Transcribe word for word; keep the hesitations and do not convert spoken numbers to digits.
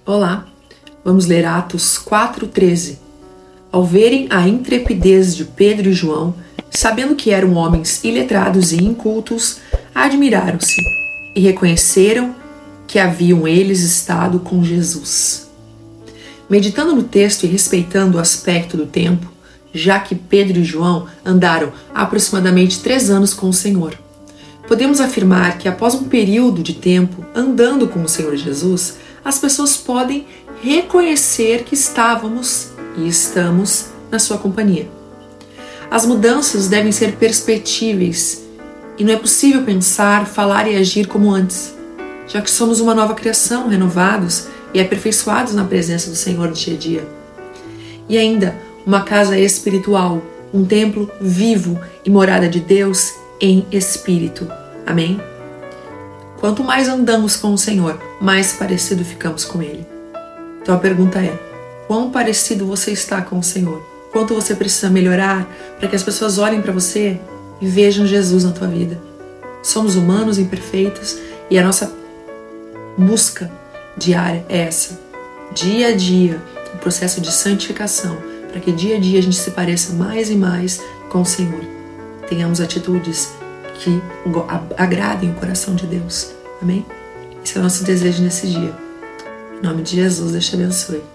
Olá, vamos ler Atos quatro, treze. Ao verem a intrepidez de Pedro e João, sabendo que eram homens iletrados e incultos, admiraram-se e reconheceram que haviam eles estado com Jesus. Meditando no texto e respeitando o aspecto do tempo, já que Pedro e João andaram aproximadamente três anos com o Senhor, podemos afirmar que após um período de tempo andando com o Senhor Jesus, as pessoas podem reconhecer que estávamos e estamos na sua companhia. As mudanças devem ser perceptíveis e não é possível pensar, falar e agir como antes, já que somos uma nova criação, renovados e aperfeiçoados na presença do Senhor dia a dia. E ainda, uma casa espiritual, um templo vivo e morada de Deus em espírito. Amém? Quanto mais andamos com o Senhor, mais parecido ficamos com Ele. Então a pergunta é, quão parecido você está com o Senhor? Quanto você precisa melhorar para que as pessoas olhem para você e vejam Jesus na tua vida? Somos humanos imperfeitos e a nossa busca diária é essa. Dia a dia, um processo de santificação, para que dia a dia a gente se pareça mais e mais com o Senhor. Tenhamos atitudes que agradem o coração de Deus. Amém? Esse é o nosso desejo nesse dia. Em nome de Jesus, Deus te abençoe.